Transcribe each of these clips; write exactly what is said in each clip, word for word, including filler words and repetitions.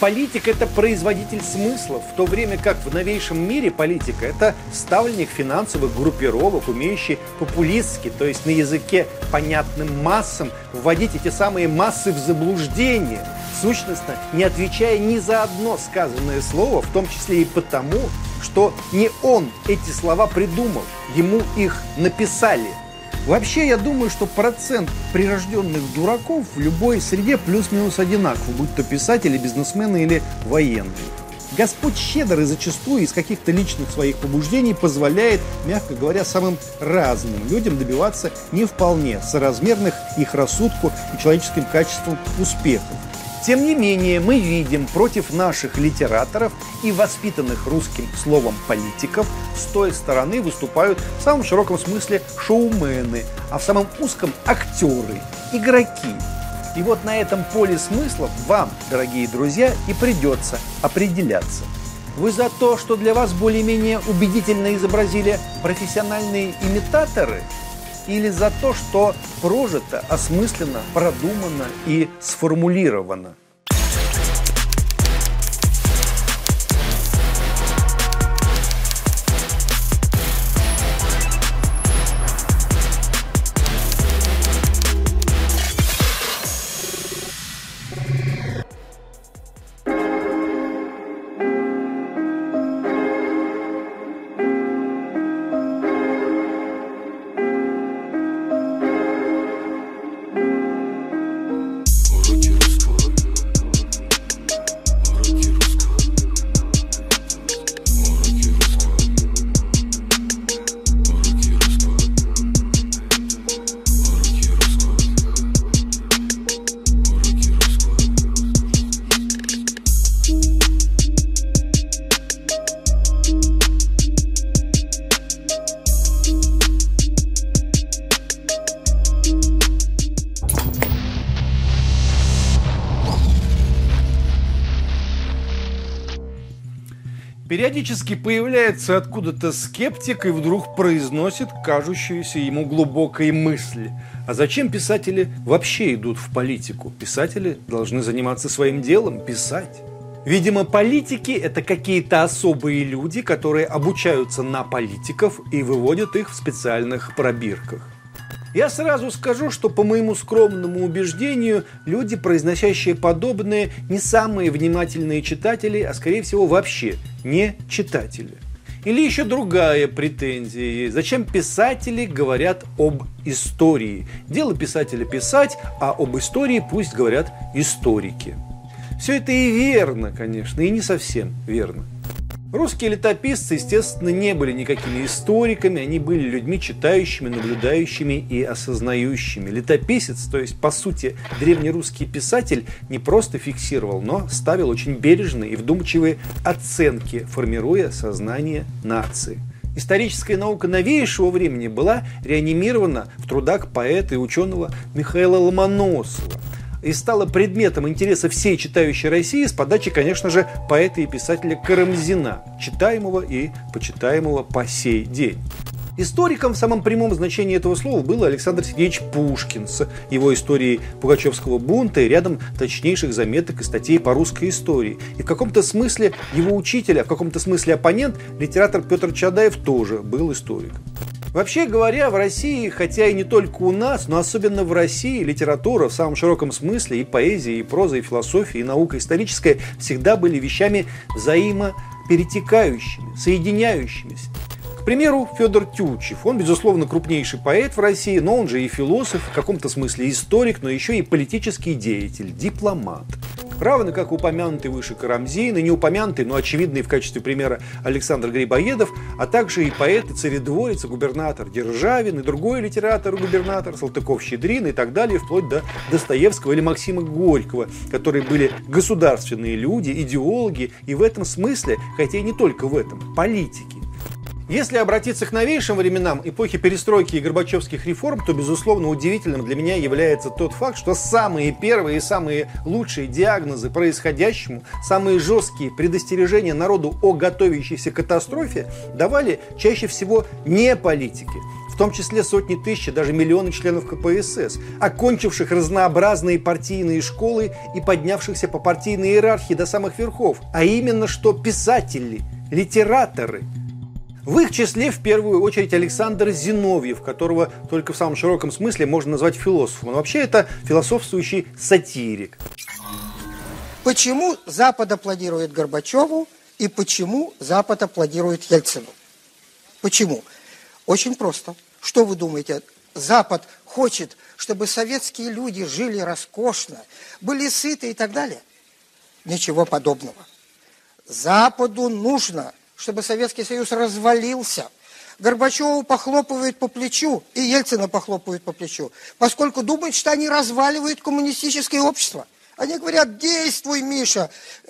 Политик – это производитель смыслов, в то время как в новейшем мире политика – это ставленник финансовых группировок, умеющий популистски, то есть на языке понятным массам, вводить эти самые массы в заблуждение, сущностно не отвечая ни за одно сказанное слово, в том числе и потому, что не он эти слова придумал, ему их написали. Вообще, я думаю, что процент прирожденных дураков в любой среде плюс-минус одинаков, будь то писатели, бизнесмены или военные. Господь щедр и зачастую из каких-то личных своих побуждений позволяет, мягко говоря, самым разным людям добиваться не вполне соразмерных их рассудку и человеческим качествам успехов. Тем не менее, мы видим против наших литераторов и воспитанных русским словом политиков с той стороны выступают в самом широком смысле шоумены, а в самом узком актеры, игроки. И вот на этом поле смыслов вам, дорогие друзья, и придется определяться. Вы за то, что для вас более-менее убедительно изобразили профессиональные имитаторы? Или за то, что прожито, осмысленно, продумано и сформулировано? Периодически появляется откуда-то скептик и вдруг произносит кажущуюся ему глубокой мысль. А зачем писатели вообще идут в политику? Писатели должны заниматься своим делом, писать. Видимо, политики – это какие-то особые люди, которые обучаются на политиков и выводят их в специальных пробирках. Я сразу скажу, что по моему скромному убеждению, люди, произносящие подобное, не самые внимательные читатели, а скорее всего вообще не читатели. Или еще другая претензия. Зачем писатели говорят об истории? Дело писателя писать, а об истории пусть говорят историки. Все это и верно, конечно, и не совсем верно. Русские летописцы, естественно, не были никакими историками, они были людьми читающими, наблюдающими и осознающими. Летописец, то есть, по сути, древнерусский писатель, не просто фиксировал, но ставил очень бережные и вдумчивые оценки, формируя сознание нации. Историческая наука новейшего времени была реанимирована в трудах поэта и ученого Михаила Ломоносова и стала предметом интереса всей читающей России с подачи, конечно же, поэта и писателя Карамзина, читаемого и почитаемого по сей день. Историком в самом прямом значении этого слова был Александр Сергеевич Пушкин с его историей Пугачевского бунта и рядом точнейших заметок и статей по русской истории. И в каком-то смысле его учитель, а в каком-то смысле оппонент, литератор Петр Чадаев, тоже был историком. Вообще говоря, в России, хотя и не только у нас, но особенно в России, литература в самом широком смысле, и поэзия, и проза, и философия, и наука историческая всегда были вещами взаимоперетекающими, соединяющимися. К примеру, Федор Тютчев. Он, безусловно, крупнейший поэт в России, но он же и философ, в каком-то смысле историк, но еще и политический деятель, дипломат. Равно как упомянутый выше Карамзин, и не упомянутый, но очевидный в качестве примера Александр Грибоедов, а также и поэт, и царедворец, и губернатор Державин, и другой литератор, и губернатор Салтыков-Щедрин и так далее, вплоть до Достоевского или Максима Горького, которые были государственные люди, идеологи, и в этом смысле, хотя и не только в этом, политики. Если обратиться к новейшим временам эпохи перестройки и горбачевских реформ, то, безусловно, удивительным для меня является тот факт, что самые первые и самые лучшие диагнозы происходящему, самые жесткие предостережения народу о готовящейся катастрофе давали чаще всего не политики. В том числе сотни тысяч, даже миллионы членов ка пэ эс эс, окончивших разнообразные партийные школы и поднявшихся по партийной иерархии до самых верхов, а именно что писатели, литераторы. В их числе в первую очередь Александр Зиновьев, которого только в самом широком смысле можно назвать философом. Но вообще это философствующий сатирик. Почему Запад аплодирует Горбачеву и почему Запад аплодирует Ельцину? Почему? Очень просто. Что вы думаете? Запад хочет, чтобы советские люди жили роскошно, были сыты и так далее? Ничего подобного. Западу нужно, чтобы Советский Союз развалился. Горбачеву похлопывают по плечу, и Ельцина похлопывают по плечу, поскольку думают, что они разваливают коммунистическое общество. Они говорят: действуй, Миша,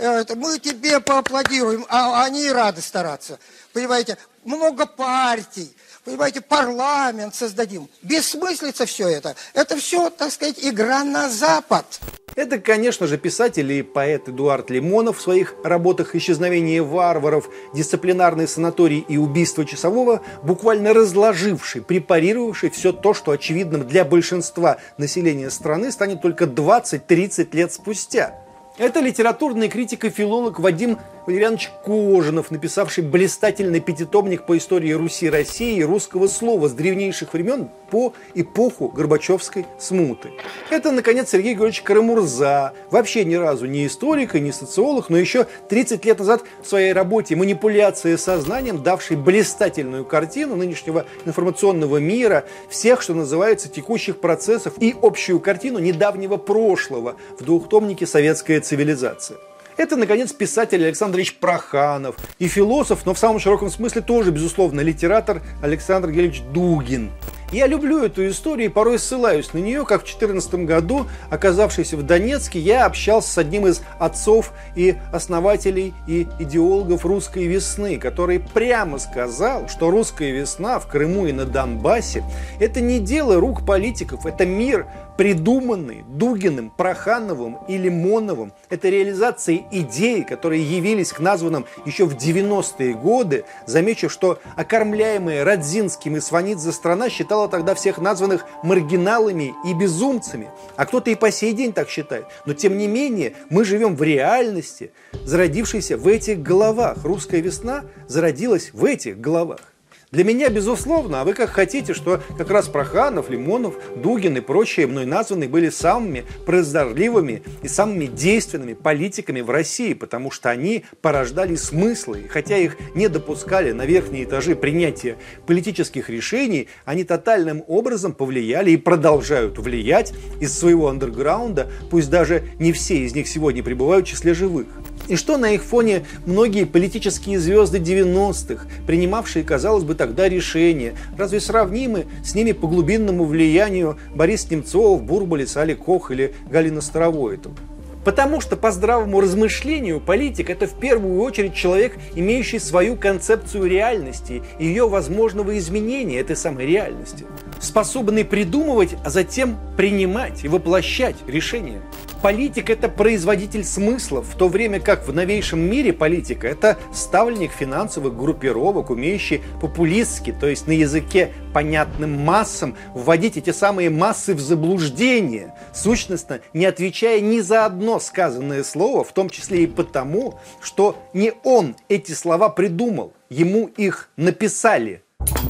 мы тебе поаплодируем, а они рады стараться. Понимаете, много партий, понимаете, парламент создадим. Бессмыслица все это. Это все, так сказать, игра на Запад. Это, конечно же, писатель и поэт Эдуард Лимонов в своих работах «Исчезновение варваров», «Дисциплинарный санаторий» и «Убийство часового», буквально разложивший, препарировавший все то, что очевидным для большинства населения страны станет только двадцать-тридцать лет спустя. Это литературный критик и филолог Вадим Валерьянович Кожинов, написавший блистательный пятитомник по истории Руси, России и русского слова с древнейших времен по эпоху Горбачевской смуты. Это, наконец, Сергей Григорьевич Карамурза, вообще ни разу не историк и не социолог, но еще тридцать лет назад в своей работе «Манипуляция сознанием», давший блистательную картину нынешнего информационного мира, всех, что называется, текущих процессов и общую картину недавнего прошлого в двухтомнике «Советская цивилизация». Это, наконец, писатель Александр Ильич Проханов и философ, но в самом широком смысле тоже, безусловно, литератор Александр Георгиевич Дугин. Я люблю эту историю и порой ссылаюсь на нее, как в две тысячи четырнадцатом году, оказавшись в Донецке, я общался с одним из отцов и основателей и идеологов русской весны, который прямо сказал, что русская весна в Крыму и на Донбассе – это не дело рук политиков, это мир, придуманный Дугиным, Прохановым и Лимоновым. Это реализация идей, которые явились к названным еще в девяностые годы. Замечу, что окормляемая Радзинским и Сванидзе страна считала тогда всех названных маргиналами и безумцами. А кто-то и по сей день так считает. Но тем не менее мы живем в реальности, зародившейся в этих головах. Русская весна зародилась в этих головах. Для меня, безусловно, а вы как хотите, что как раз Проханов, Лимонов, Дугин и прочие мной названные были самыми прозорливыми и самыми действенными политиками в России, потому что они порождали смыслы. И хотя их не допускали на верхние этажи принятия политических решений, они тотальным образом повлияли и продолжают влиять из своего андерграунда, пусть даже не все из них сегодня пребывают в числе живых. И что на их фоне многие политические звезды девяностых, принимавшие, казалось бы, тогда решения, разве сравнимы с ними по глубинному влиянию Борис Немцов, Бурбулис, Али Кох или Галина Старовойтова? Потому что по здравому размышлению политик – это в первую очередь человек, имеющий свою концепцию реальности и ее возможного изменения этой самой реальности, способный придумывать, а затем принимать и воплощать решения. Политик – это производитель смыслов, в то время как в новейшем мире политика – это ставленник финансовых группировок, умеющий популистски, то есть на языке понятным массам, вводить эти самые массы в заблуждение, сущностно не отвечая ни за одно сказанное слово, в том числе и потому, что не он эти слова придумал, ему их написали.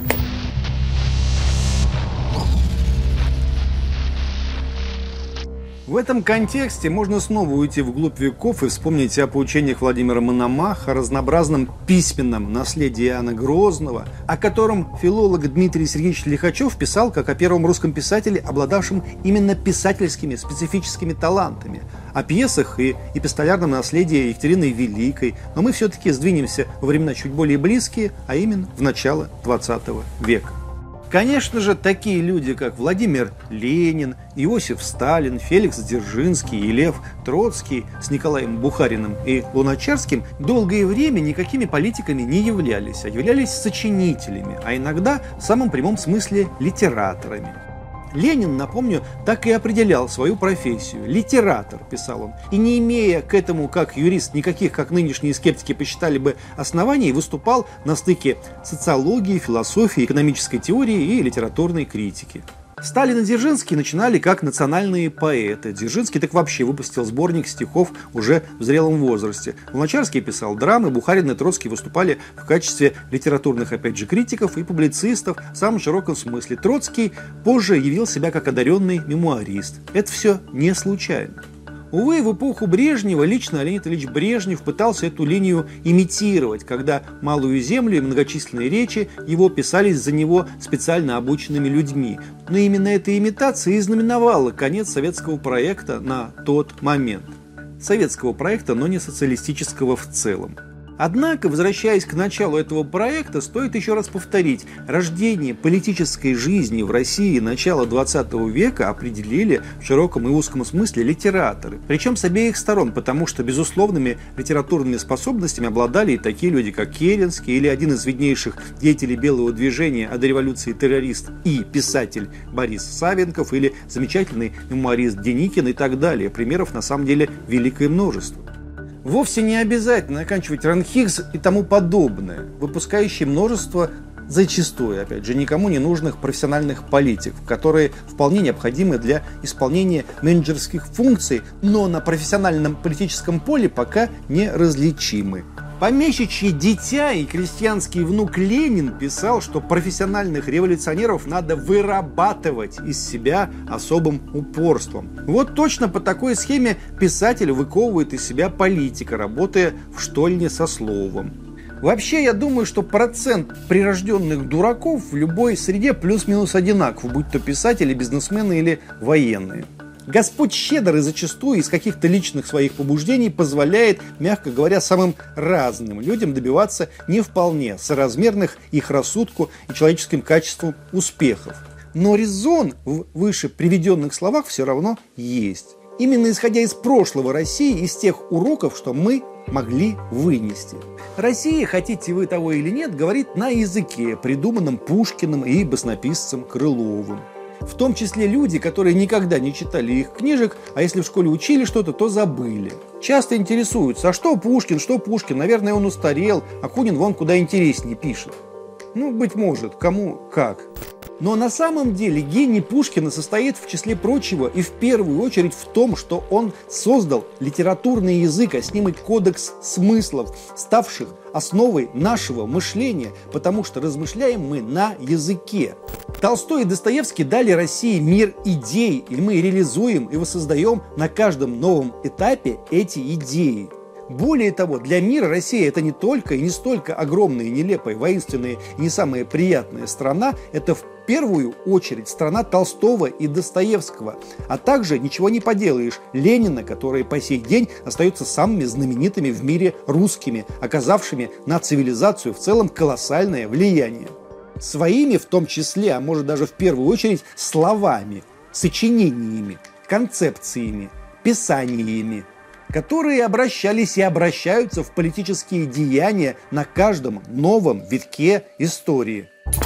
В этом контексте можно снова уйти вглубь веков и вспомнить о поучениях Владимира Мономаха, о разнообразном письменном наследии Иоанна Грозного, о котором филолог Дмитрий Сергеевич Лихачев писал как о первом русском писателе, обладавшем именно писательскими специфическими талантами, о пьесах и эпистолярном наследии Екатерины Великой, но мы все-таки сдвинемся во времена чуть более близкие, а именно в начало двадцатого века. Конечно же, такие люди, как Владимир Ленин, Иосиф Сталин, Феликс Дзержинский и Лев Троцкий с Николаем Бухариным и Луначарским долгое время никакими политиками не являлись, а являлись сочинителями, а иногда в самом прямом смысле литераторами. Ленин, напомню, так и определял свою профессию. Литератор, писал он. И не имея к этому, как юрист, никаких, как нынешние скептики посчитали бы, оснований, выступал на стыке социологии, философии, экономической теории и литературной критики. Сталин и Дзержинский начинали как национальные поэты. Дзержинский так вообще выпустил сборник стихов уже в зрелом возрасте. Луначарский писал драмы, Бухарин и Троцкий выступали в качестве литературных, опять же, критиков и публицистов в самом широком смысле. Троцкий позже явил себя как одаренный мемуарист. Это все не случайно. Увы, в эпоху Брежнева лично Леонид Ильич Брежнев пытался эту линию имитировать, когда «Малую землю» и многочисленные речи его писались за него специально обученными людьми. Но именно эта имитация и знаменовала конец советского проекта на тот момент. Советского проекта, но не социалистического в целом. Однако, возвращаясь к началу этого проекта, стоит еще раз повторить, рождение политической жизни в России начала двадцатого века определили в широком и узком смысле литераторы. Причем с обеих сторон, потому что безусловными литературными способностями обладали и такие люди, как Керенский, или один из виднейших деятелей белого движения, а до революции террорист и писатель Борис Савенков, или замечательный мемуарист Деникин и так далее. Примеров на самом деле великое множество. Вовсе не обязательно оканчивать РАНХИКС и тому подобное, выпускающие множество, зачастую, опять же, никому не нужных профессиональных политиков, которые вполне необходимы для исполнения менеджерских функций, но на профессиональном политическом поле пока не различимы. Помещичье дитя и крестьянский внук Ленин писал, что профессиональных революционеров надо вырабатывать из себя особым упорством. Вот точно по такой схеме писатель выковывает из себя политика, работая в штольне со словом. Вообще, я думаю, что процент прирожденных дураков в любой среде плюс-минус одинаков, будь то писатели, бизнесмены или военные. Господь щедр и зачастую из каких-то личных своих побуждений позволяет, мягко говоря, самым разным людям добиваться не вполне соразмерных их рассудку и человеческим качествам успехов. Но резон в выше приведенных словах все равно есть. Именно исходя из прошлого России, из тех уроков, что мы могли вынести. Россия, хотите вы того или нет, говорит на языке, придуманном Пушкиным и баснописцем Крыловым. В том числе люди, которые никогда не читали их книжек, а если в школе учили что-то, то забыли. Часто интересуются, а что Пушкин, что Пушкин, наверное, он устарел, а Кунин вон куда интереснее пишет. Ну, быть может, кому как. Но на самом деле гений Пушкина состоит, в числе прочего, и в первую очередь в том, что он создал литературный язык, а с ним и кодекс смыслов, ставших основой нашего мышления, потому что размышляем мы на языке. Толстой и Достоевский дали России мир идей, и мы реализуем и воссоздаем на каждом новом этапе эти идеи. Более того, для мира Россия — это не только и не столько огромная, нелепая, воинственная и не самая приятная страна, это в первую очередь страна Толстого и Достоевского, а также, ничего не поделаешь, Ленина, которые по сей день остаются самыми знаменитыми в мире русскими, оказавшими на цивилизацию в целом колоссальное влияние. Своими, в том числе, а может даже в первую очередь, словами, сочинениями, концепциями, писаниями, которые обращались и обращаются в политические деяния на каждом новом витке истории.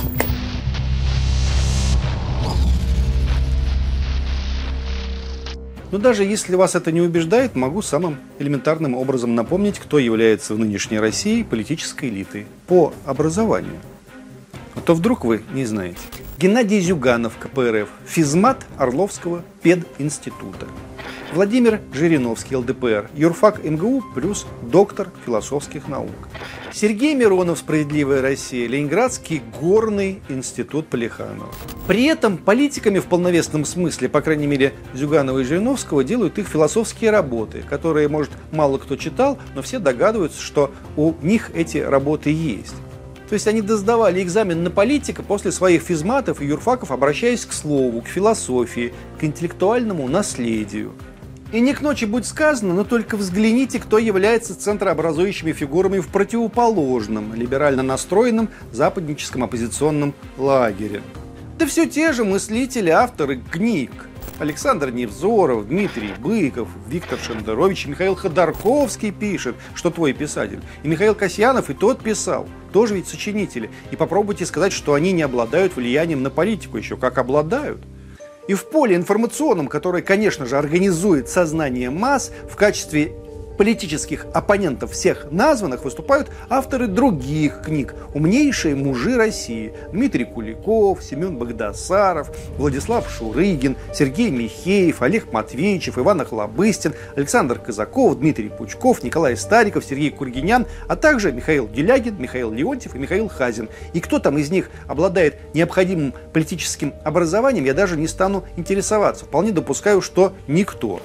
Но даже если вас это не убеждает, могу самым элементарным образом напомнить, кто является в нынешней России политической элитой по образованию. А то вдруг вы не знаете. Геннадий Зюганов, ка пэ эр эф, физмат Орловского пединститута. Владимир Жириновский, эл дэ пэ эр, юрфак эм гэ у плюс доктор философских наук. Сергей Миронов, «Справедливая Россия», Ленинградский горный институт Плеханова. При этом политиками в полновесном смысле, по крайней мере, Зюганова и Жириновского, делают их философские работы, которые, может, мало кто читал, но все догадываются, что у них эти работы есть. То есть они досдавали экзамен на политика после своих физматов и юрфаков, обращаясь к слову, к философии, к интеллектуальному наследию. И не к ночи будь сказано, но только взгляните, кто является центрообразующими фигурами в противоположном, либерально настроенном западническом оппозиционном лагере. Да все те же мыслители, авторы книг. Александр Невзоров, Дмитрий Быков, Виктор Шендерович, Михаил Ходорковский пишет, что твой писатель. И Михаил Касьянов и тот писал. Тоже ведь сочинители. И попробуйте сказать, что они не обладают влиянием на политику. Еще как обладают. И в поле информационном, которое, конечно же, организует сознание масс, в качестве политических оппонентов всех названных выступают авторы других книг. Умнейшие мужи России. Дмитрий Куликов, Семен Багдасаров, Владислав Шурыгин, Сергей Михеев, Олег Матвеичев, Иван Охлобыстин, Александр Казаков, Дмитрий Пучков, Николай Стариков, Сергей Кургинян, а также Михаил Делягин, Михаил Леонтьев и Михаил Хазин. И кто там из них обладает необходимым политическим образованием, я даже не стану интересоваться. Вполне допускаю, что никто.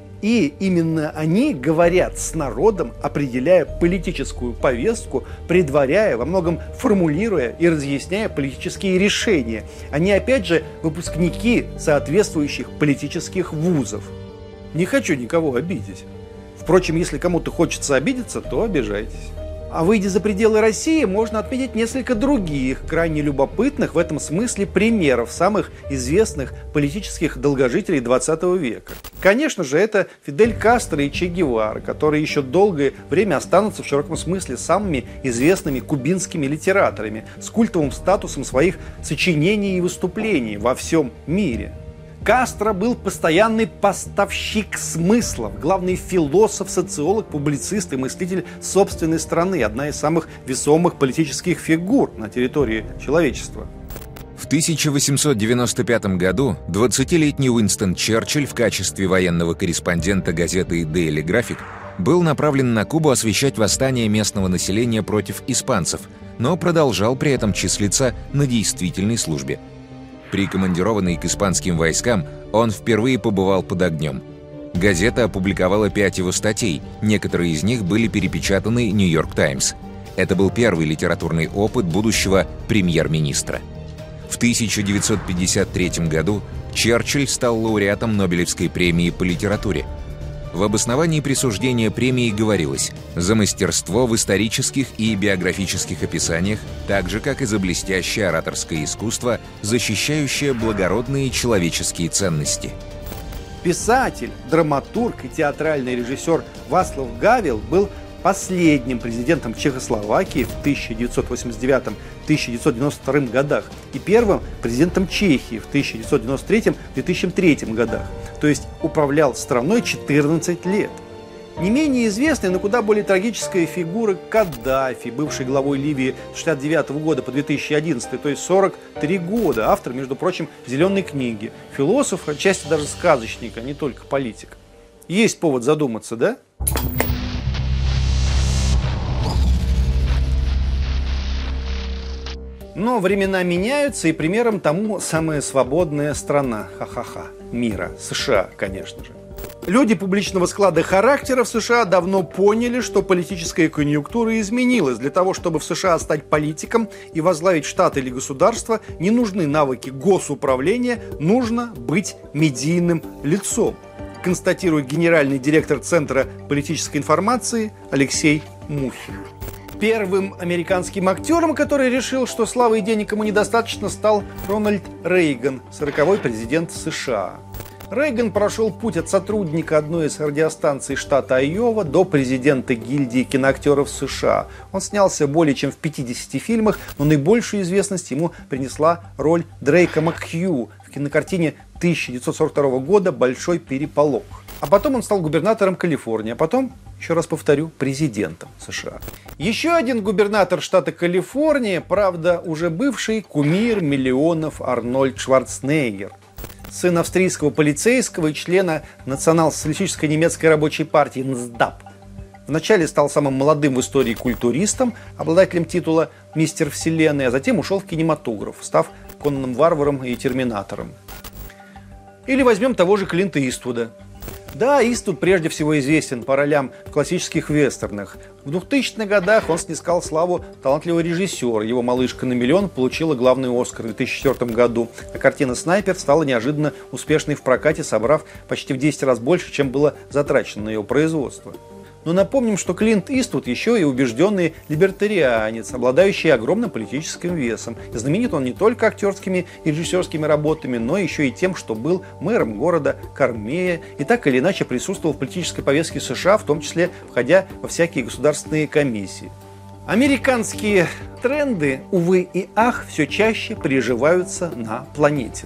И именно они говорят с народом, определяя политическую повестку, предваряя, во многом формулируя и разъясняя политические решения. Они, опять же, выпускники соответствующих политических вузов. Не хочу никого обидеть. Впрочем, если кому-то хочется обидеться, то обижайтесь. А выйдя за пределы России, можно отметить несколько других, крайне любопытных в этом смысле примеров самых известных политических долгожителей двадцатого века. Конечно же, это Фидель Кастро и Че Гевара, которые еще долгое время останутся в широком смысле самыми известными кубинскими литераторами с культовым статусом своих сочинений и выступлений во всем мире. Кастро был постоянный поставщик смыслов, главный философ, социолог, публицист и мыслитель собственной страны, одна из самых весомых политических фигур на территории человечества. В тысяча восемьсот девяносто пятом году двадцатилетний Уинстон Черчилль в качестве военного корреспондента газеты Daily Graphic был направлен на Кубу освещать восстание местного населения против испанцев, но продолжал при этом числиться на действительной службе. Прикомандированный к испанским войскам, он впервые побывал под огнем. Газета опубликовала пять его статей, некоторые из них были перепечатаны «Нью-Йорк Таймс». Это был первый литературный опыт будущего премьер-министра. В тысяча девятьсот пятьдесят третьем году Черчилль стал лауреатом Нобелевской премии по литературе. В обосновании присуждения премии говорилось «за мастерство в исторических и биографических описаниях, так же, как и за блестящее ораторское искусство, защищающее благородные человеческие ценности». Писатель, драматург и театральный режиссер Вацлав Гавел был последним президентом Чехословакии в тысяча девятьсот восемьдесят девятом — тысяча девятьсот девяносто втором годах и первым президентом Чехии в тысяча девятьсот девяносто третьем — две тысячи третьем годах. То есть управлял страной четырнадцать лет. Не менее известная, но куда более трагическая фигура Каддафи, бывший главой Ливии с шестьдесят девятого года по две тысячи одиннадцатый, то есть сорок три года, автор, между прочим, «Зеленой книги», философ, отчасти даже сказочник, а не только политик. Есть повод задуматься, да? Но времена меняются, и примером тому самая свободная страна, ха-ха-ха, мира, США, конечно же. Люди публичного склада характера в США давно поняли, что политическая конъюнктура изменилась. Для того, чтобы в США стать политиком и возглавить штат или государство, не нужны навыки госуправления, нужно быть медийным лицом, констатирует генеральный директор Центра политической информации Алексей Мухин. Первым американским актером, который решил, что славы и денег ему недостаточно, стал Рональд Рейган, сороковой президент США. Рейган прошел путь от сотрудника одной из радиостанций штата Айова до президента гильдии киноактеров США. Он снялся более чем в пятидесяти фильмах, но наибольшую известность ему принесла роль Дрейка Макхью в кинокартине тысяча девятьсот сорок второго года «Большой переполох». А потом он стал губернатором Калифорнии, а потом, еще раз повторю, президентом США. Еще один губернатор штата Калифорния, правда, уже бывший кумир миллионов Арнольд Шварценеггер. Сын австрийского полицейского и члена национал-социалистической немецкой рабочей партии эн эс дэ а пэ. Вначале стал самым молодым в истории культуристом, обладателем титула «Мистер Вселенной», а затем ушел в кинематограф, став Конным варваром и терминатором. Или возьмем того же Клинта Иствуда. Да, Иствуд прежде всего известен по ролям в классических вестернах. В двухтысячных годах он снискал славу талантливого режиссера. Его «Малышка на миллион» получила главный «Оскар» в две тысячи четвёртом году. А картина «Снайпер» стала неожиданно успешной в прокате, собрав почти в десять раз больше, чем было затрачено на ее производство. Но напомним, что Клинт Иствуд еще и убежденный либертарианец, обладающий огромным политическим весом. И знаменит он не только актерскими и режиссерскими работами, но еще и тем, что был мэром города Кармея и так или иначе присутствовал в политической повестке США, в том числе входя во всякие государственные комиссии. Американские тренды, увы и ах, все чаще приживаются на планете.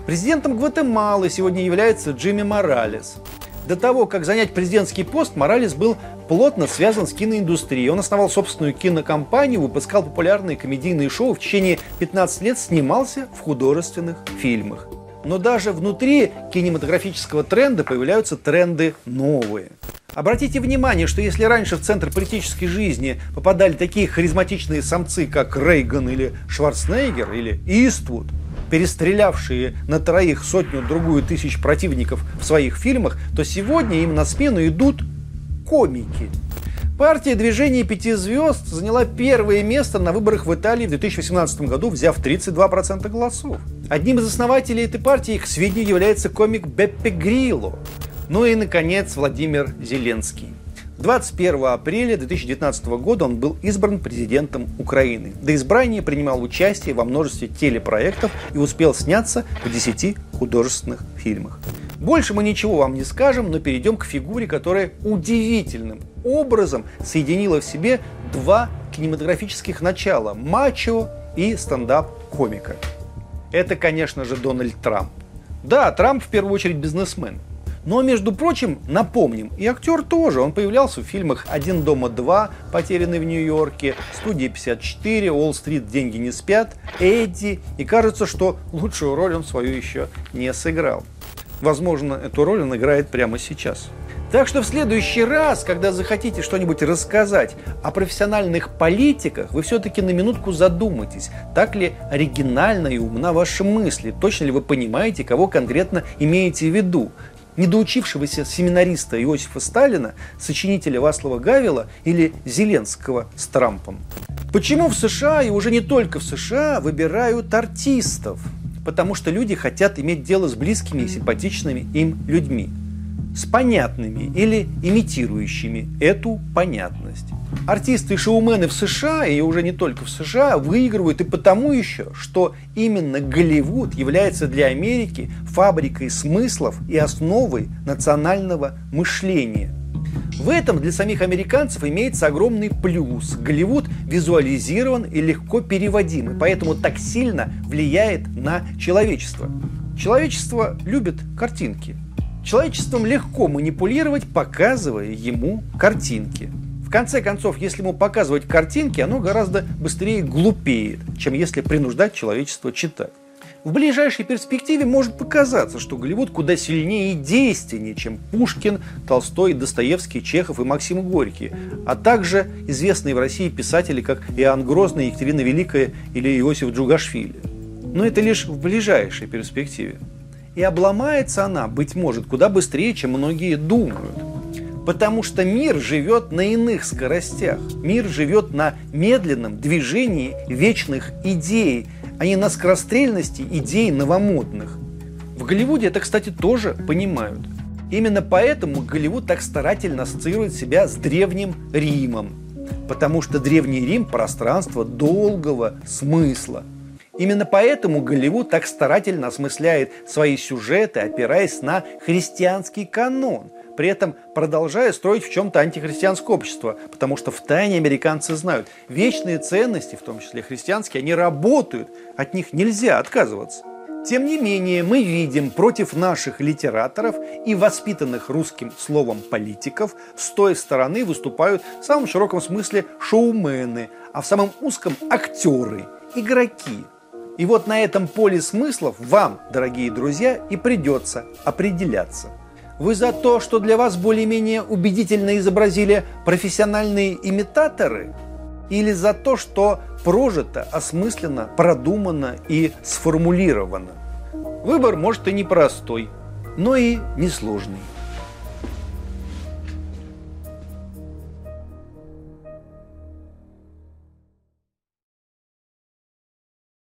Президентом Гватемалы сегодня является Джимми Моралес. До того, как занять президентский пост, Моралес был плотно связан с киноиндустрией. Он основал собственную кинокомпанию, выпускал популярные комедийные шоу, в течение пятнадцати лет снимался в художественных фильмах. Но даже внутри кинематографического тренда появляются тренды новые. Обратите внимание, что если раньше в центр политической жизни попадали такие харизматичные самцы, как Рейган или Шварценеггер или Иствуд, перестрелявшие на троих сотню-другую тысяч противников в своих фильмах, то сегодня им на смену идут комики. Партия «Движение пяти звезд» заняла первое место на выборах в Италии в две тысячи восемнадцатом году, взяв тридцать два процента голосов. Одним из основателей этой партии, к сведению, является комик Беппе Грилло. Ну и, наконец, Владимир Зеленский. двадцать первого апреля две тысячи девятнадцатого года он был избран президентом Украины. До избрания принимал участие во множестве телепроектов и успел сняться в десяти художественных фильмах. Больше мы ничего вам не скажем, но перейдем к фигуре, которая удивительным образом соединила в себе два кинематографических начала – мачо и стендап-комика. Это, конечно же, Дональд Трамп. Да, Трамп в первую очередь бизнесмен. Но, между прочим, напомним, и актер тоже. Он появлялся в фильмах «Один дома два», «Потерянный в Нью-Йорке», «Студия пятьдесят четыре», «Уолл-стрит. Деньги не спят», «Эдди». И кажется, что лучшую роль он свою еще не сыграл. Возможно, эту роль он играет прямо сейчас. Так что в следующий раз, когда захотите что-нибудь рассказать о профессиональных политиках, вы все-таки на минутку задумайтесь, так ли оригинальна и умна ваша мысль, точно ли вы понимаете, кого конкретно имеете в виду. Недоучившегося семинариста Иосифа Сталина, сочинителя Вацлава Гавела или Зеленского с Трампом. Почему в США, и уже не только в США, выбирают артистов? Потому что люди хотят иметь дело с близкими и симпатичными им людьми. С понятными или имитирующими эту понятность. Артисты и шоумены в США, и уже не только в США, выигрывают и потому еще, что именно Голливуд является для Америки фабрикой смыслов и основой национального мышления. В этом для самих американцев имеется огромный плюс. Голливуд визуализирован и легко переводимый, поэтому так сильно влияет на человечество. Человечество любит картинки. Человечеством легко манипулировать, показывая ему картинки. В конце концов, если ему показывать картинки, оно гораздо быстрее глупеет, чем если принуждать человечество читать. В ближайшей перспективе может показаться, что Голливуд куда сильнее и действеннее, чем Пушкин, Толстой, Достоевский, Чехов и Максим Горький, а также известные в России писатели, как Иоанн Грозный, Екатерина Великая или Иосиф Джугашвили. Но это лишь в ближайшей перспективе. И обломается она, быть может, куда быстрее, чем многие думают. Потому что мир живет на иных скоростях. Мир живет на медленном движении вечных идей, а не на скорострельности идей новомодных. В Голливуде это, кстати, тоже понимают. Именно поэтому Голливуд так старательно ассоциирует себя с Древним Римом. Потому что Древний Рим – пространство долгого смысла. Именно поэтому Голливуд так старательно осмысляет свои сюжеты, опираясь на христианский канон, при этом продолжая строить в чем-то антихристианское общество, потому что втайне американцы знают, вечные ценности, в том числе христианские, они работают, от них нельзя отказываться. Тем не менее, мы видим против наших литераторов и воспитанных русским словом политиков с той стороны выступают в самом широком смысле шоумены, а в самом узком – актеры, игроки. И вот на этом поле смыслов вам, дорогие друзья, и придется определяться. Вы за то, что для вас более-менее убедительно изобразили профессиональные имитаторы? Или за то, что прожито, осмысленно, продумано и сформулировано? Выбор может и непростой, но и несложный.